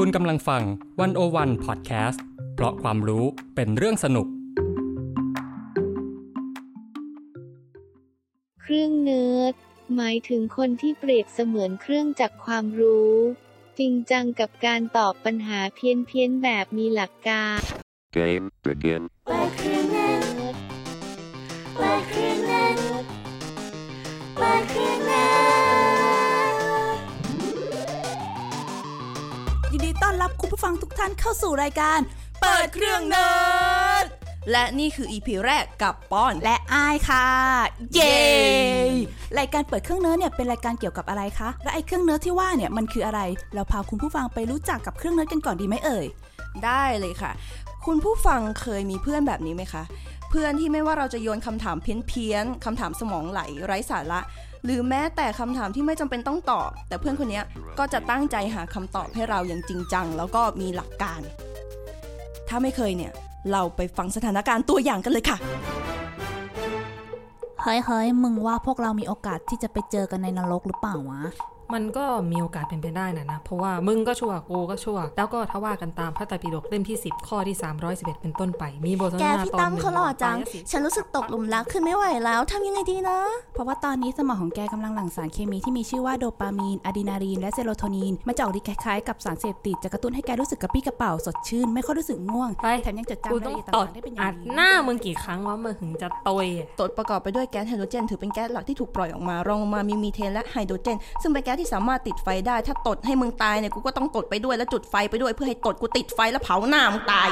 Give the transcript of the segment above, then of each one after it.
คุณกำลังฟัง101 Podcast เพราะความรู้เป็นเรื่องสนุกเครื่องเนิร์ดหมายถึงคนที่เปรียบเสมือนเครื่องจักรความรู้จริงจังกับการตอบปัญหาเพี้ยนๆแบบมีหลักการ Game begin เครื่องเนิร์ดเครื่องเนิร์ดเครื่องเนิร์ดยินดีต้อนรับคุณผู้ฟังทุกท่านเข้าสู่รายการเปิดเครื่องเนิร์ดและนี่คือ EP แรกกับป้อนและอายค่ะเย้รายการเปิดเครื่องเนิร์ดเนี่ยเป็นรายการเกี่ยวกับอะไรคะและไอ้เครื่องเนิร์ดที่ว่าเนี่ยมันคืออะไรเราพาคุณผู้ฟังไปรู้จักกับเครื่องเนิร์ดกันก่อนดีไหมเอ่ยได้เลยค่ะคุณผู้ฟังเคยมีเพื่อนแบบนี้ไหมคะเพื่อนที่ไม่ว่าเราจะโยนคำถามเพี้ยนๆคำถามสมองไหลไร้สาระหรือแม้แต่คำถามที่ไม่จำเป็นต้องตอบแต่เพื่อนคนนี้ก็จะตั้งใจหาคำตอบให้เราอย่างจริงจังแล้วก็มีหลักการถ้าไม่เคยเนี่ยเราไปฟังสถานการณ์ตัวอย่างกันเลยค่ะเฮ้ยมึงว่าพวกเรามีโอกาสที่จะไปเจอกันในนรกหรือเปล่าวะมันก็มีโอกาสเป็นไปได้นะเพราะว่ามึงก็ชั่วกูก็ชั่วแล้วก็ถ้าว่ากันตามพระไตรปิฎกเล่มที่10ข้อที่311เป็นต้นไปมีบทสนทนาตอนนึงแกพี่ตั้มเขาหล่อจังฉันรู้สึกตกหลุมรักขึ้นไม่ไหวแล้วทำยังไงดีนะเพราะว่าตอนนี้สมองของแกกำลังหลั่งสารเคมีที่มีชื่อว่าโดปามีนอะดรีนาลีนและเซโรโทนินมาจะออกฤทธิ์คล้ายๆกับสารเสพติดจะกระตุ้นให้แกรู้สึกกระปรี้กระเปร่าสดชื่นไม่ค่อยรู้สึกง่วงแถมยังจดจำรายละเอียดต่างๆได้เป็นอย่างดีหน้ามึงกี่ครั้งวะมึงถึงจะตยตดประกอบไปด้วยแก๊สไฮโดรเจนถือเป็นแก๊สหลักที่ถูกปล่อยออกมารองลงมามีมีเทนและไฮโดรเจนซึ่งเป็นแก๊สที่สามารถติดไฟได้ถ้าตดให้มึงตายเนี่ยกูก็ต้องตดไปด้วยแล้วจุดไฟไปด้วยเพื่อให้ตดกูติดไฟแล้วเผาหน้ามึงตาย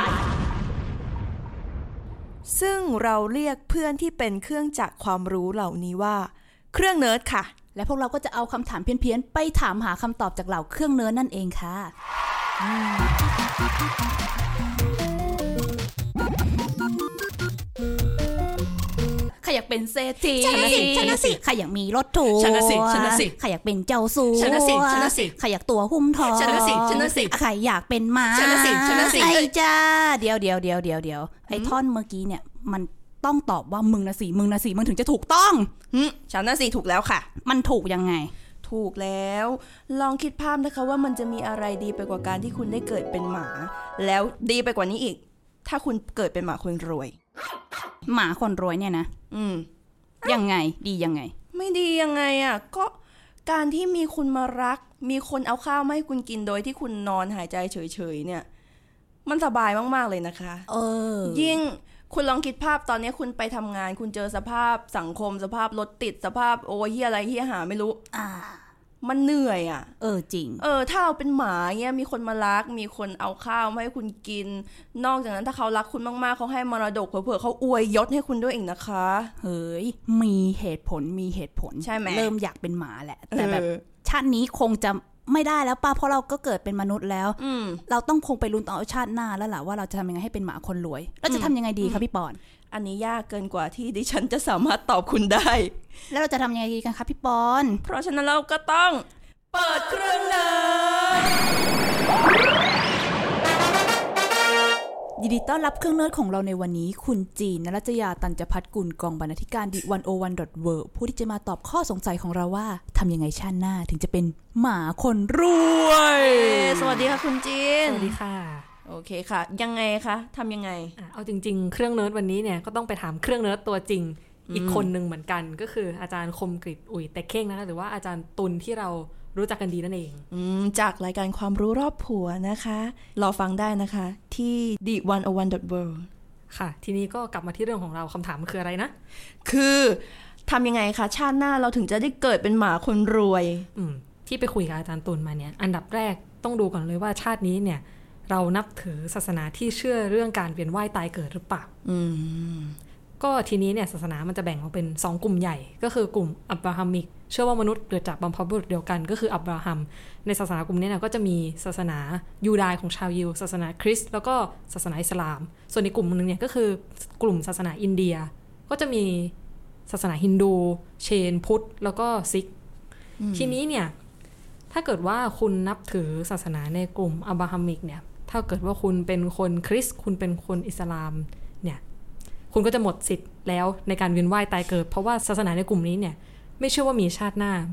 ซึ่งเราเรียกเพื่อนที่เป็นเครื่องจักรความรู้เหล่านี้ว่าเครื่องเนิร์ดค่ะและพวกเราก็จะเอาคำถามเพี้ยนๆไปถามหาคำตอบจากเหล่าเครื่องเนิร์ดนั่นเองค่ะใครอยากเป็นเศรษฐีฉันน่ะสิใครอยากมีรถถูฉันน่ะสิใครอยากเป็นเจ้าสัวฉันน่ะสิใครอยากตัวหุ้มทองฉันน่ะสิใครอยากเป็นม้าฉันน่ะสิไอ้จ้าเดี๋ยวไอ้ท่อนเมื่อกี้เนี่ยมันต้องตอบว่ามึงน่ะสิมึงถึงจะถูกต้องฉันน่ะสิถูกแล้วค่ะมันถูกยังไงถูกแล้วลองคิดภาพนะคะว่ามันจะมีอะไรดีไปกว่าการที่คุณได้เกิดเป็นหมาแล้วดีไปกว่านี้อีกถ้าคุณเกิดเป็นหมาคนรวยหมาคนรวยเนี่ยนะยังไงดียังไงไม่ดียังไงอ่ะก็การที่มีคุณมารักมีคนเอาข้าวมาให้คุณกินโดยที่คุณนอนหายใจเฉยๆเนี่ยมันสบายมากๆเลยนะคะยิ่งคุณลองคิดภาพตอนนี้คุณไปทำงานคุณเจอสภาพสังคมสภาพรถติดสภาพโอ้ยอะไรที่หาไม่รู้มันเหนื่อยอ่ะจริงถ้าเราเป็นหมาเงี้ยมีคนมารักมีคนเอาข้าวมาให้คุณกินนอกจากนั้นถ้าเขารักคุณมากๆเขาให้มรดกเผื่อๆเขาอวยยศให้คุณด้วยอีกนะคะเฮ้ยมีเหตุผลใช่ไหมเริ่มอยากเป็นหมาแหละแต่แบบชาตินี้คงจะไม่ได้แล้วป้าเพราะเราก็เกิดเป็นมนุษย์แล้วเราต้องคงไปลุ้นต่อชาติหน้าแล้วล่ะว่าเราจะทำยังไงให้เป็นหมาคนรวยแล้วจะทำยังไงดีคะพี่ปอนอันนี้ยากเกินกว่าที่ดิฉันจะสามารถตอบคุณได้แล้วเราจะทำยังไงดีกันคะพี่ปอนเพราะฉะนั้นเราก็ต้องเปิดเครื่องเนิร์ดยินดีต้อนรับเครื่องเนิร์ดของเราในวันนี้คุณจีนนรัชยาตัญจพัฒน์กุลกองบรรณาธิการ 101.world ผู้ที่จะมาตอบข้อสงสัยของเราว่าทำยังไงชาติหน้าถึงจะเป็นหมาคนรวยสวัสดีค่ะคุณจีนสวัสดีค่ะโอเคค่ะยังไงคะทำยังไงเอาจริงๆเครื่องเนิร์ดวันนี้เนี่ยก็ต้องไปถามเครื่องเนิร์ดตัวจริงอีกคนนึงเหมือนกันก็คืออาจารย์คมกฤษอุ่ยแต่เข่งนะคะหรือว่าอาจารย์ตุลที่เรารู้จักกันดีนั่นเองจากรายการความรู้รอบผัวนะคะรอฟังได้นะคะที่ 101.world ค่ะทีนี้ก็กลับมาที่เรื่องของเราคำถามมันคืออะไรนะคือทำยังไงคะชาติหน้าเราถึงจะได้เกิดเป็นหมาคนรวยที่ไปคุยกับอาจารย์ตุลมาเนี่ยอันดับแรกต้องดูก่อนเลยว่าชาตินี้เนี่ยเรานับถือศาสนาที่เชื่อเรื่องการเวียนว่ายตายเกิดหรือเปล่าก็ทีนี้เนี่ยศาสนามันจะแบ่งออกเป็น2กลุ่มใหญ่ก็คือกลุ่มอับราฮัมิกเชื่อว่ามนุษย์เกิดจากบรรพบุรุษเดียวกันก็คืออับราฮัมในศาสนากลุ่มนี้เนี่ยก็จะมีศาสนายูดายของชาวยิวศาสนาคริสต์แล้วก็ศาสนาอิสลามส่วนในกลุ่มนึงเนี่ยก็คือกลุ่มศาสนาอินเดียก็จะมีศาสนาฮินดูเชนพุทธแล้วก็ซิกทีนี้เนี่ยถ้าเกิดว่าคุณนับถือศาสนาในกลุ่มอับราฮัมิกเนี่ยถ้าเกิดว่าคุณเป็นคนคริสต์คุณเป็นคนอิสลามเนี่ยคุณก็จะหมดสิทธิ์แล้วในการเวียนว่ายตายเกิดเพราะว่าศาสนาในกลุ่มนี้เนี่ยไม่เชื่อว่ามีชาติหน้า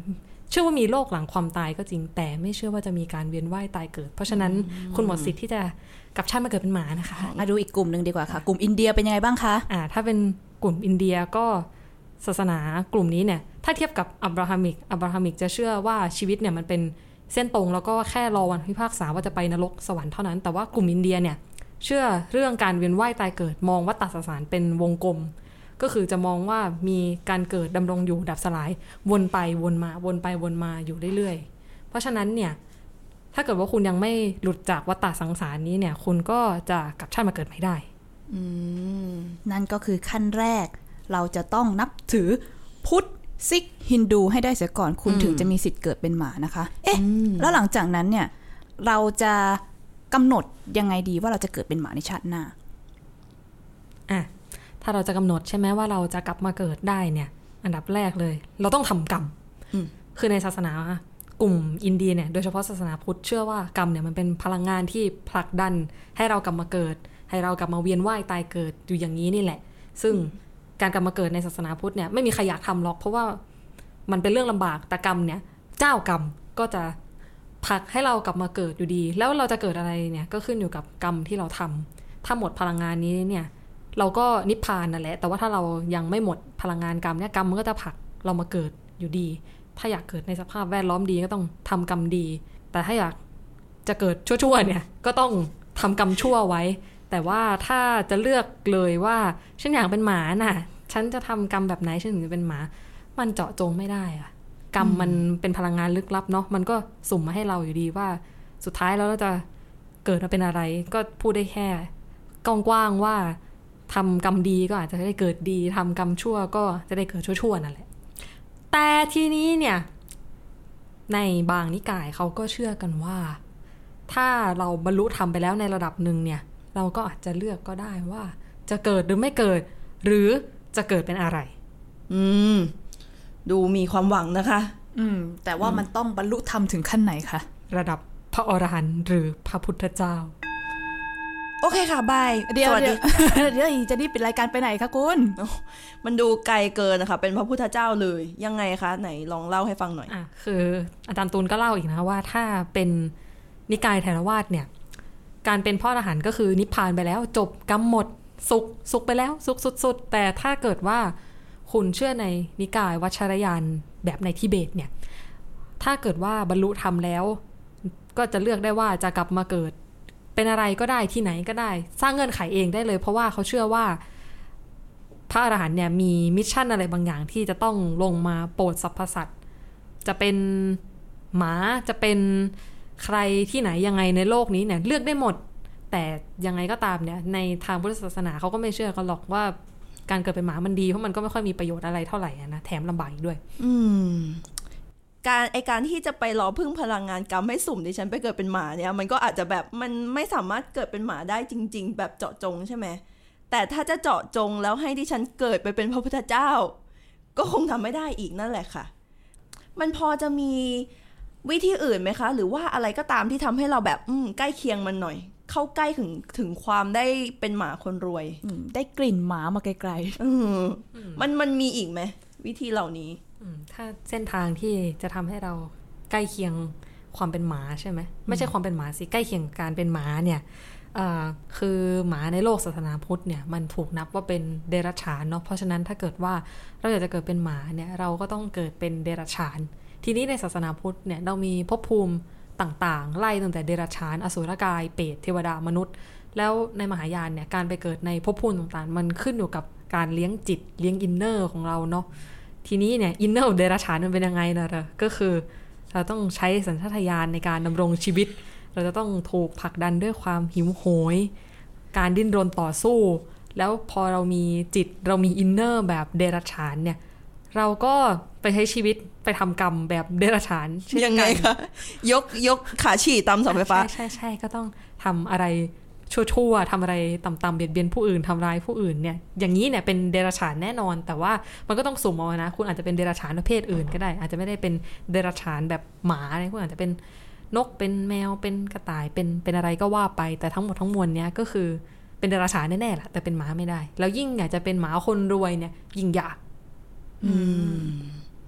เชื่อว่ามีโลกหลังความตายก็จริงแต่ไม่เชื่อว่าจะมีการเวียนว่ายตายเกิดเพราะฉะนั้นคุณหมดสิทธิ์ที่จะกลับชาติมาเกิดเป็นหมานะคะมาดูอีกกลุ่มนึงดีกว่าค่ะกลุ่มอินเดียเป็นยังไงบ้างคะถ้าเป็นกลุ่มอินเดียก็ศาสนากลุ่มนี้เนี่ยถ้าเทียบกับอับราฮัมิกจะเชื่อว่าชีวิตเนี่ยมันเป็นเส้นตรงแล้วก็แค่รอวันพิพากษาว่าจะไปนรกสวรรค์เท่านั้นแต่ว่ากลุ่มอินเดียเนี่ยเชื่อเรื่องการเวียนว่ายตายเกิดมองวัฏสสารเป็นวงกลมก็คือจะมองว่ามีการเกิดดำรงอยู่ดับสลายวนไปวนมาวนไปวนมาอยู่เรื่อยๆเพราะฉะนั้นเนี่ยถ้าเกิดว่าคุณยังไม่หลุดจากวัฏสังสารนี้เนี่ยคุณก็จะกลับชาติมาเกิดไม่ได้นั่นก็คือขั้นแรกเราจะต้องนับถือพุทธซิกฮินดูให้ได้เสียก่อนคุณถึงจะมีสิทธิ์เกิดเป็นหมานะคะแล้วหลังจากนั้นเนี่ยเราจะกำหนดยังไงดีว่าเราจะเกิดเป็นหมาในชาติหน้าถ้าเราจะกำหนดใช่ไหมว่าเราจะกลับมาเกิดได้เนี่ยอันดับแรกเลยเราต้องทำกรรมคือในศาสนากลุ่มอินเดียเนี่ยโดยเฉพาะศาสนาพุทธเชื่อว่ากรรมเนี่ยมันเป็นพลังงานที่ผลักดันให้เรากลับมาเกิดให้เรากลับมาเวียนว่ายตายเกิดอยู่อย่างนี้นี่แหละซึ่งการกลับมาเกิดในศาสนาพุทธเนี่ยไม่มีใครอยากทำหรอกเพราะว่ามันเป็นเรื่องลำบากแต่กรรมเนี่ยเจ้ากรรมก็จะผลักให้เรากลับมาเกิดอยู่ดีแล้วเราจะเกิดอะไรเนี่ยก็ขึ้นอยู่กับกรรมที่เราทำถ้าหมดพลังงานนี้เนี่ยเราก็นิพพานนั่นแหละแต่ว่าถ้าเรายังไม่หมดพลังงานกรรมเนี่ยกรรมมันก็จะผลักเรามาเกิดอยู่ดีถ้าอยากเกิดในสภาพแวดล้อมดีก็ต้องทำกรรมดีแต่ถ้าอยากจะเกิดชั่วๆเนี่ยก็ต้องทำกรรมชั่วไว้แต่ว่าถ้าจะเลือกเลยว่าฉันอยากเป็นหมาน่ะฉันจะทำกรรมแบบไหนฉันถึงจะเป็นหมามันเจาะจงไม่ได้อะกรรมมันเป็นพลังงานลึกลับเนาะมันก็สุ่มมาให้เราอยู่ดีว่าสุดท้ายแล้วเราจะเกิดมาเป็นอะไรก็พูดได้แค่กว้างๆว่าทำกรรมดีก็อาจจะได้เกิดดีทำกรรมชั่วก็จะได้เกิดชั่วๆนั่นแหละแต่ทีนี้เนี่ยในบางนิกายเขาก็เชื่อกันว่าถ้าเราบรรลุธรรมไปแล้วในระดับหนึ่งเนี่ยเราก็อาจจะเลือกก็ได้ว่าจะเกิดหรือไม่เกิดหรือจะเกิดเป็นอะไรดูมีความหวังนะคะแต่ว่ามันต้องบรรลุธรรมถึงขั้นไหนคะระดับพระอรหันต์หรือพระพุทธเจ้าโอเคค่ะบายเดี๋ยวจะนี่ปิดรายการไปไหนคะคุณมันดูไกลเกินนะคะเป็นพระพุทธเจ้าเลยยังไงคะไหนลองเล่าให้ฟังหน่อยคืออาจารย์ตูนก็เล่าอีกนะว่าถ้าเป็นนิกายเถรวาทเนี่ยการเป็นพระอรหันต์ก็คือนิพพานไปแล้วจบกรรมหมดสุขไปแล้วสุขสุดๆแต่ถ้าเกิดว่าคุณเชื่อในนิกายวัชรยานแบบในทิเบตเนี่ยถ้าเกิดว่าบรรลุธรรมแล้วก็จะเลือกได้ว่าจะกลับมาเกิดเป็นอะไรก็ได้ที่ไหนก็ได้สร้างเงื่อนไขเองได้เลยเพราะว่าเขาเชื่อว่าพระอรหันต์เนี่ยมีมิชชั่นอะไรบางอย่างที่จะต้องลงมาโปรดสรรพสัตว์จะเป็นหมาจะเป็นใครที่ไหนยังไงในโลกนี้เนี่ยเลือกได้หมดแต่ยังไงก็ตามเนี่ยในทางพุทธศาสนาเขาก็ไม่เชื่อกันหรอกว่าการเกิดเป็นหมามันดีเพราะมันก็ไม่ค่อยมีประโยชน์อะไรเท่าไหร่นะแถมลำบากอีกด้วยการที่จะไปรอพึ่งพลังงานกรรมให้สุ่มดิฉันไปเกิดเป็นหมาเนี่ยมันก็อาจจะแบบมันไม่สามารถเกิดเป็นหมาได้จริงๆแบบเจาะจงใช่ไหมแต่ถ้าจะเจาะจงแล้วให้ดิฉันเกิดไปเป็นพระพุทธเจ้าก็คงทำไม่ได้อีกนั่นแหละค่ะมันพอจะมีวิธีอื่นไหมคะหรือว่าอะไรก็ตามที่ทำให้เราแบบใกล้เคียงมันหน่อยเข้าใกล้ถึงความได้เป็นหมาคนรวยได้กลิ่นหมามาไกลๆมันมีอีกไหมวิธีเหล่านี้ถ้าเส้นทางที่จะทำให้เราใกล้เคียงความเป็นหมาใช่ไหมไม่ใช่ความเป็นหมาสิใกล้เคียงการเป็นหมาเนี่ยคือหมาในโลกศาสนาพุทธเนี่ยมันถูกนับว่าเป็นเดรัจฉานเนาะเพราะฉะนั้นถ้าเกิดว่าเราอยากจะเกิดเป็นหมาเนี่ยเราก็ต้องเกิดเป็นเดรัจฉานทีนี้ในศาสนาพุทธเนี่ยเรามีภพภูมิต่างๆไล่ตั้งแต่เดรัจฉานอสุรกายเปรตเทวดามนุษย์แล้วในมหายานเนี่ยการไปเกิดในภพภูมิต่างๆมันขึ้นอยู่กับการเลี้ยงจิตเลี้ยงอินเนอร์ของเราเนาะทีนี้เนี่ยอินเนอร์เดรัจฉานมันเป็นยังไงนะก็คือเราต้องใช้สัญชาตญาณในการดำรงชีวิตเราจะต้องถูกผลักดันด้วยความหิวโหยการดิ้นรนต่อสู้แล้วพอเรามีจิตเรามีอินเนอร์แบบเดรัจฉานเนี่ยเราก็ไปใช้ชีวิตไปทำกรรมแบบเดรัจฉานยังไงคะยกขาฉี่ตามเสาไฟฟ้าใช่ก็ต้องทำอะไรชั่วๆทำอะไรต่ำๆเบียดเบียนผู้อื่นทำร้ายผู้อื่นเนี่ยอย่างนี้เนี่ยเป็นเดรัจฉานแน่นอนแต่ว่ามันก็ต้องสุ่มเอานะคุณอาจจะเป็นเดรัจฉานประเภทอื่นก็ได้อาจจะไม่ได้เป็นเดรัจฉานแบบหมาอะไรคุณอาจจะเป็นนกเป็นแมวเป็นกระต่ายเป็นอะไรก็ว่าไปแต่ทั้งหมดทั้งมวลเนี้ยก็คือเป็นเดรัจฉานแน่ๆแหละแต่เป็นหมาไม่ได้แล้วยิ่งอยากจะเป็นหมาคนรวยเนี่ยยิ่งยาก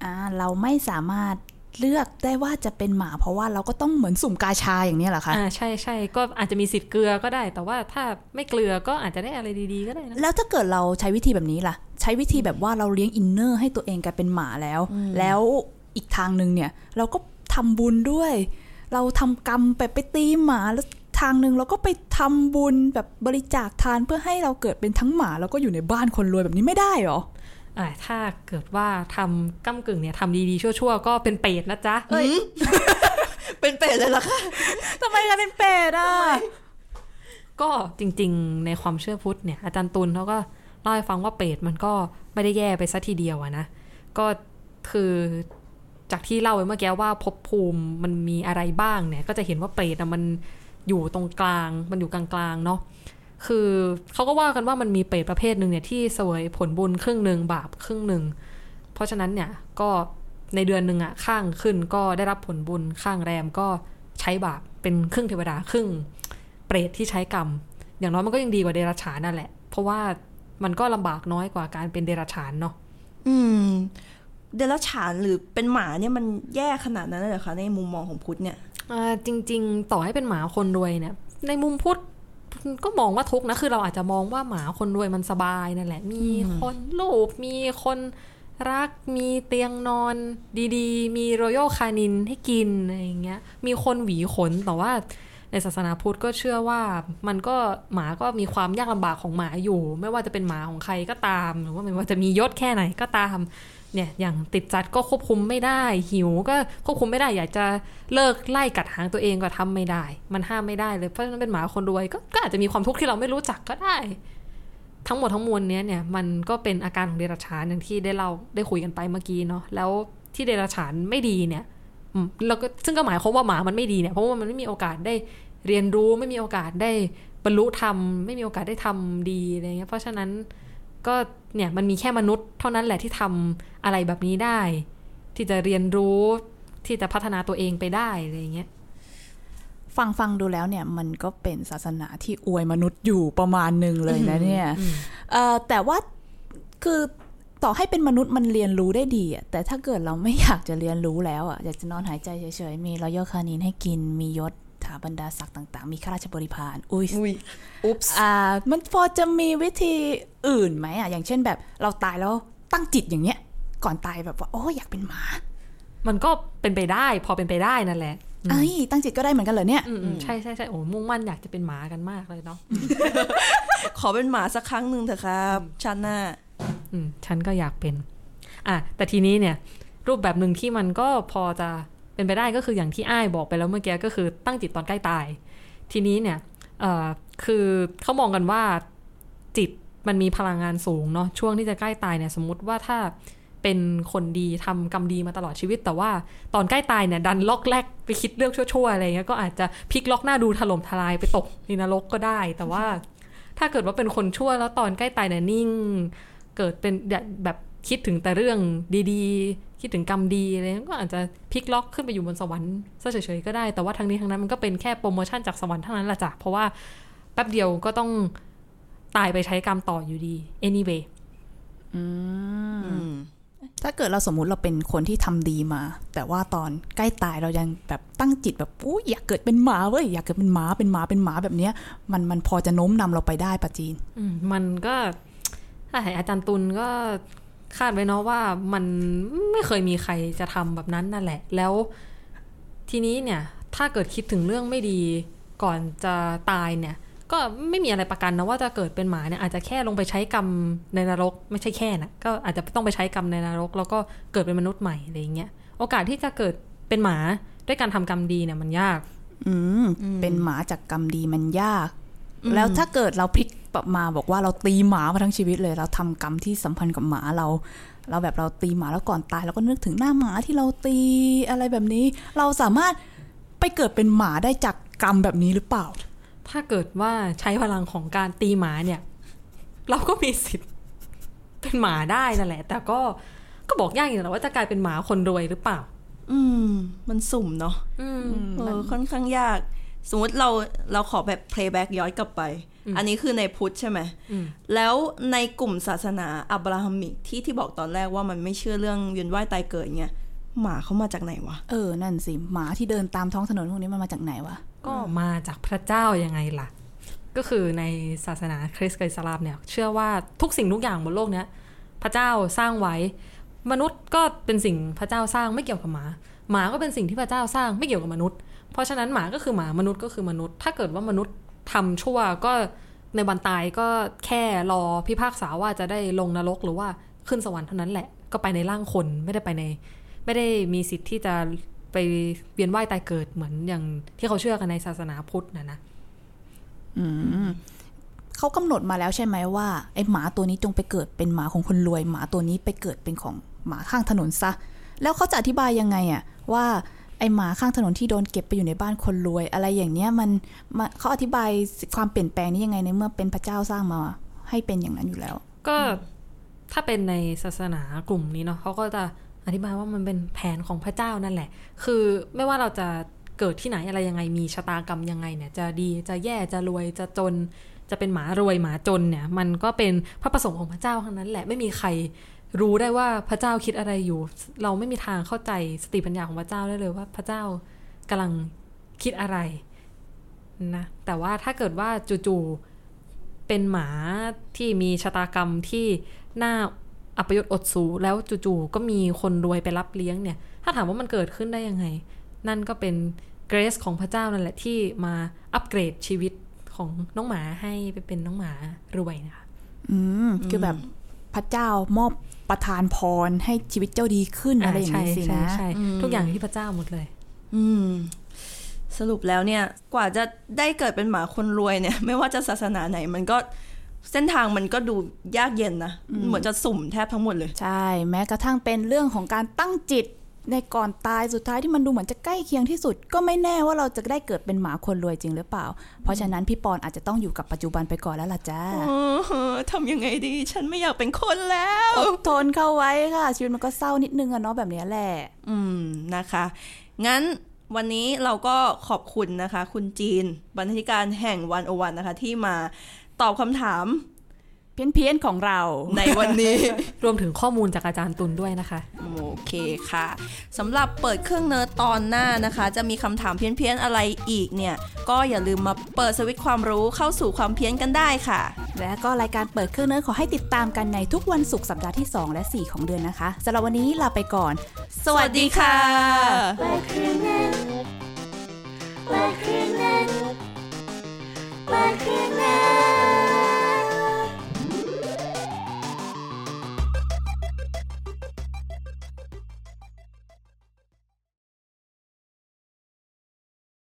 เราไม่สามารถเลือกได้ว่าจะเป็นหมาเพราะว่าเราก็ต้องเหมือนสุ่มกาชาอย่างนี้เหรอคะใช่ก็อาจจะมีสิทธิ์เกลือก็ได้แต่ว่าถ้าไม่เกลือก็อาจจะได้อะไรดีๆก็ได้นะแล้วถ้าเกิดเราใช้วิธีแบบนี้ล่ะใช้วิธีแบบว่าเราเลี้ยงอินเนอร์ให้ตัวเองกลายเป็นหมาแล้วอีกทางนึงเนี่ยเราก็ทำบุญด้วยเราทำกรรมไปตีหมาแล้วทางนึงเราก็ไปทำบุญแบบบริจาคทานเพื่อให้เราเกิดเป็นทั้งหมาแล้วก็อยู่ในบ้านคนรวยแบบนี้ไม่ได้หรอถ้าเกิดว่าทำก้ำกึ่งเนี่ยทำดีๆชั่วๆก็เป็นเปรตนะจ๊ะเป็นเปรตเลยล่ะคะทำไมกันเป็นเปรตก็จริงๆในความเชื่อพุทธเนี่ยอาจารย์ตุลเขาก็เล่าให้ฟังว่าเปรตมันก็ไม่ได้แย่ไปซะทีเดียวนะก็คือจากที่เล่าไว้เมื่อกี้ว่าภพภูมิมันมีอะไรบ้างเนี่ยก็จะเห็นว่าเปรตมันอยู่ตรงกลางมันอยู่กลางๆเนาะคือเขาก็ว่ากันว่ามันมีเปรตประเภทนึงเนี่ยที่เสวยผลบุญครึ่งนึงบาปครึ่งนึงเพราะฉะนั้นเนี่ยก็ในเดือนนึงข้างขึ้นก็ได้รับผลบุญข้างแรมก็ใช้บาปเป็นครึ่งเทวดาครึ่งเปรตที่ใช้กรรมอย่างน้อยมันก็ยังดีกว่าเดรัจฉานนั่นแหละเพราะว่ามันก็ลำบากน้อยกว่าการเป็นเดรัจฉานเนาะเดรัจฉานหรือเป็นหมาเนี่ยมันแย่ขนาดนั้นเลยเหรอคะในมุมมองของพุทธเนี่ยจริงๆต่อให้เป็นหมาคนรวยเนี่ยในมุมพุทธก็มองว่าทุกข์นะคือเราอาจจะมองว่าหมาคนรวยมันสบายนั่นแหละมีคนลูกมีคนรักมีเตียงนอนดีๆมีรอยัลคานินให้กินอะไรอย่างเงี้ยมีคนหวีขนแต่ว่าในศาสนาพุทธก็เชื่อว่ามันก็หมาก็มีความยากลำบากของหมาอยู่ไม่ว่าจะเป็นหมาของใครก็ตามหรือว่าไม่ว่าจะมียศแค่ไหนก็ตามเนี่ยอย่างติดจัดก็ควบคุมไม่ได้หิวก็ควบคุมไม่ได้อยากจะเลิกไล่กัดหางตัวเองก็ทำไม่ได้มันห้ามไม่ได้เลยเพราะฉะนั้นเป็นหมาคนรวยก็อาจจะมีความทุกข์ที่เราไม่รู้จักก็ได้ทั้งหมดทั้งมวลเนี่ยมันก็เป็นอาการของเดรัจฉานอย่างที่ได้คุยกันไปเมื่อกี้เนาะแล้วที่เดรัจฉานไม่ดีเนี่ยเราก็ซึ่งก็หมายความว่าหมามันไม่ดีเนี่ยเพราะว่ามันไม่มีโอกาสได้เรียนรู้ไม่มีโอกาสได้บรรลุธรรมไม่มีโอกาสได้ทำดีอะไรเงี้ยเพราะฉะนั้นก็เนี่ยมันมีแค่มนุษย์เท่านั้นแหละที่ทำอะไรแบบนี้ได้ที่จะเรียนรู้ที่จะพัฒนาตัวเองไปได้อะไรเงี้ยฟังดูแล้วเนี่ยมันก็เป็นศาสนาที่อวยมนุษย์อยู่ประมาณนึงเลยนะเนี่ยแต่ว่าคือต่อให้เป็นมนุษย์มันเรียนรู้ได้ดีอ่ะแต่ถ้าเกิดเราไม่อยากจะเรียนรู้แล้วอ่ะอยากจะนอนหายใจเฉยๆมีรอยัลคานินให้กินมียศถาบรรดาศักดิ์ต่างๆมีข้าราชบริพารอุ๊บมันพอจะมีวิธีอื่นไหมอ่ะอย่างเช่นแบบเราตายแล้วตั้งจิตอย่างเงี้ยก่อนตายแบบว่าโอ้อยากเป็นหมามันก็เป็นไปได้พอเป็นไปได้นั่นแหละตั้งจิตก็ได้เหมือนกันเหรอเนี่ยใช่โอ้มุ่งมั่นอยากจะเป็นหมากันมากเลยเนาะขอเป็นหมาสักครั้งนึงเถอะครับฉันน่ะฉันก็อยากเป็นแต่ทีนี้เนี่ยรูปแบบนึงที่มันก็พอจะเป็นไปได้ก็คืออย่างที่อ้ายบอกไปแล้วเมื่อกี้ก็คือตั้งจิตตอนใกล้ตายทีนี้เนี่ยคือเขามองกันว่าจิตมันมีพลังงานสูงเนาะช่วงที่จะใกล้ตายเนี่ยสมมุติว่าถ้าเป็นคนดีทำกรรมดีมาตลอดชีวิตแต่ว่าตอนใกล้ตายเนี่ยดันล็อกแรกไปคิดเรื่องชั่วๆอะไรเงี้ยก็อาจจะพลิกล็อกหน้าดูถล่มทลายไปตกในนรกก็ได้แต่ว่าถ้าเกิดว่าเป็นคนชั่วแล้วตอนใกล้ตายเนี่ยนิ่งเกิดเป็นแบบคิดถึงแต่เรื่องดีๆคิดถึงกรรมดีอะไรก็อาจจะพลิกล็อกขึ้นไปอยู่บนสวรรค์ซะเฉยๆก็ได้แต่ว่าทั้งนี้ทั้งนั้นมันก็เป็นแค่โปรโมชั่นจากสวรรค์เท่านั้นแหละจ้ะเพราะว่าแป๊บเดียวก็ต้องตายไปใช้กรรมต่ออยู่ดี anyway ถ้าเกิดเราสมมุติเราเป็นคนที่ทำดีมาแต่ว่าตอนใกล้ตายเรายังแบบตั้งจิตแบบอยากเกิดเป็นหมาเว้ยอยากเกิดเป็นหมาแบบเนี้ยมันพอจะโน้มนำเราไปได้ปะจีนมันก็อาจารย์ตุลก็คาดไว้เนาะว่ามันไม่เคยมีใครจะทำแบบนั้นนั่นแหละแล้วทีนี้เนี่ยถ้าเกิดคิดถึงเรื่องไม่ดีก่อนจะตายเนี่ยก็ไม่มีอะไรประกันนะว่าจะเกิดเป็นหมาเนี่ยอาจจะแค่ลงไปใช้กรรมในนรกไม่ใช่แค่นะก็อาจจะต้องไปใช้กรรมในนรกแล้วก็เกิดเป็นมนุษย์ใหม่อะไรอย่างเงี้ยโอกาสที่จะเกิดเป็นหมาด้วยการทำกรรมดีเนี่ยมันยากเป็นหมาจากกรรมดีมันยากแล้วถ้าเกิดเราพลิกมาบอกว่าเราตีหมาทั้งชีวิตเลยเราทำกรรมที่สัมพันธ์กับหมาเราแบบเราตีหมาแล้วก่อนตายเราก็นึกถึงหน้าหมาที่เราตีอะไรแบบนี้เราสามารถไปเกิดเป็นหมาได้จากกรรมแบบนี้หรือเปล่าถ้าเกิดว่าใช้พลังของการตีหมาเนี่ยเราก็มีสิทธิ์เป็นหมาได้นั่นแหละแต่ก็บอกยากอยู่นะว่าจะกลายเป็นหมาคนรวยหรือเปล่ามันสุ่มเนาะค่อนข้างยากสมมติเราขอแบบ playback ย้อนกลับไปอันนี้คือในพุทธใช่ไหมแล้วในกลุ่มศาสนาอับราฮัมิกที่บอกตอนแรกว่ามันไม่เชื่อเรื่องเวียนว่ายตายเกิดเนี่ยหมาเขามาจากไหนวะนั่นสิหมาที่เดินตามท้องถนนพวกนี้มันมาจากไหนวะก็มาจากพระเจ้ายังไงล่ะก็คือในศาสนาคริสต์กับอิสลามเนี่ยเชื่อว่าทุกสิ่งทุกอย่างบนโลกนี้พระเจ้าสร้างไว้มนุษย์ก็เป็นสิ่งพระเจ้าสร้างไม่เกี่ยวกับหมาก็เป็นสิ่งที่พระเจ้าสร้างไม่เกี่ยวกับมนุษย์เพราะฉะนั้นหมาก็คือหมามนุษย์ก็คือมนุษย์ถ้าเกิดว่ามนุษย์ทำชั่วก็ในวันตายก็แค่รอพิพากษาว่าจะได้ลงนรกหรือว่าขึ้นสวรรค์เท่านั้นแหละก็ไปในร่างคนไม่ได้มีสิทธิ์ที่จะไปเวียนว่ายตายเกิดเหมือนอย่างที่เขาเชื่อกันในศาสนาพุทธนะเขากำหนดมาแล้วใช่ไหมว่าไอ้หมาตัวนี้จงไปเกิดเป็นหมาของคนรวยหมาตัวนี้ไปเกิดเป็นของหมาข้างถนนซะแล้วเขาจะอธิบายยังไงอะว่าไอ้หมาข้างถนนที่โดนเก็บไปอยู่ในบ้านคนรวยอะไรอย่างเนี้ยมันเขาอธิบายความเปลี่ยนแปลงนี้ยังไงในเมื่อเป็นพระเจ้าสร้างมาให้เป็นอย่างนั้นอยู่แล้วก็ถ้าเป็นในศาสนากลุ่มนี้เนาะเขาก็จะอธิบายว่ามันเป็นแผนของพระเจ้านั่นแหละคือไม่ว่าเราจะเกิดที่ไหนอะไรยังไงมีชะตากรรมยังไงเนี่ยจะดีจะแย่จะรวยจะจนจะเป็นหมารวยหมาจนเนี่ยมันก็เป็นพระประสงค์ของพระเจ้าทั้งนั้นแหละไม่มีใครรู้ได้ว่าพระเจ้าคิดอะไรอยู่เราไม่มีทางเข้าใจสติปัญญาของพระเจ้าได้เลยว่าพระเจ้ากำลังคิดอะไรนะแต่ว่าถ้าเกิดว่าจู่ๆเป็นหมาที่มีชะตากรรมที่น่าอัปยศอดสูแล้วจู่ๆก็มีคนรวยไปรับเลี้ยงเนี่ยถ้าถามว่ามันเกิดขึ้นได้ยังไงนั่นก็เป็นเกรซของพระเจ้านั่นแหละที่มาอัปเกรดชีวิตของน้องหมาให้ไปเป็นน้องหมารวยนะคะคือแบบพระเจ้ามอบประทานพรให้ชีวิตเจ้าดีขึ้นอะไรอย่างนี้สินะใช่ทุกอย่างที่พระเจ้าหมดเลยสรุปแล้วเนี่ยกว่าจะได้เกิดเป็นหมาคนรวยเนี่ยไม่ว่าจะศาสนาไหนมันก็เส้นทางมันก็ดูยากเย็นนะเหมือนจะสุ่มแทบทั้งหมดเลยใช่แม้กระทั่งเป็นเรื่องของการตั้งจิตในก่อนตายสุดท้ายที่มันดูเหมือนจะใกล้เคียงที่สุดก็ไม่แน่ว่าเราจะได้เกิดเป็นหมาคนรวยจริงหรือเปล่าเพราะฉะนั้นพี่ปอนอาจจะต้องอยู่กับปัจจุบันไปก่อนแล้วล่ะจ้าทำยังไงดีฉันไม่อยากเป็นคนแล้วอดทนเข้าไว้ค่ะชีวิตมันก็เศร้านิดนึงอะเนาะแบบนี้แหละนะคะงั้นวันนี้เราก็ขอบคุณนะคะคุณจีนบรรณาธิการแห่ง101นะคะที่มาตอบคำถามเพี้ยนๆของเราในวันนี้รวมถึงข้อมูลจากอาจารย์ตุลด้วยนะคะโอเคค่ะสำหรับเปิดเครื่องเนิร์ดตอนหน้านะคะจะมีคำถามเพี้ยนๆอะไรอีกเนี่ยก็อย่าลืมมาเปิดสวิตช์ความรู้เข้าสู่ความเพี้ยนกันได้ค่ะและก็รายการเปิดเครื่องเนิร์ดขอให้ติดตามกันในทุกวันศุกร์สัปดาห์ที่2และ4ของเดือนนะคะสำหรับวันนี้ลาไปก่อนสวัสดีค่ะ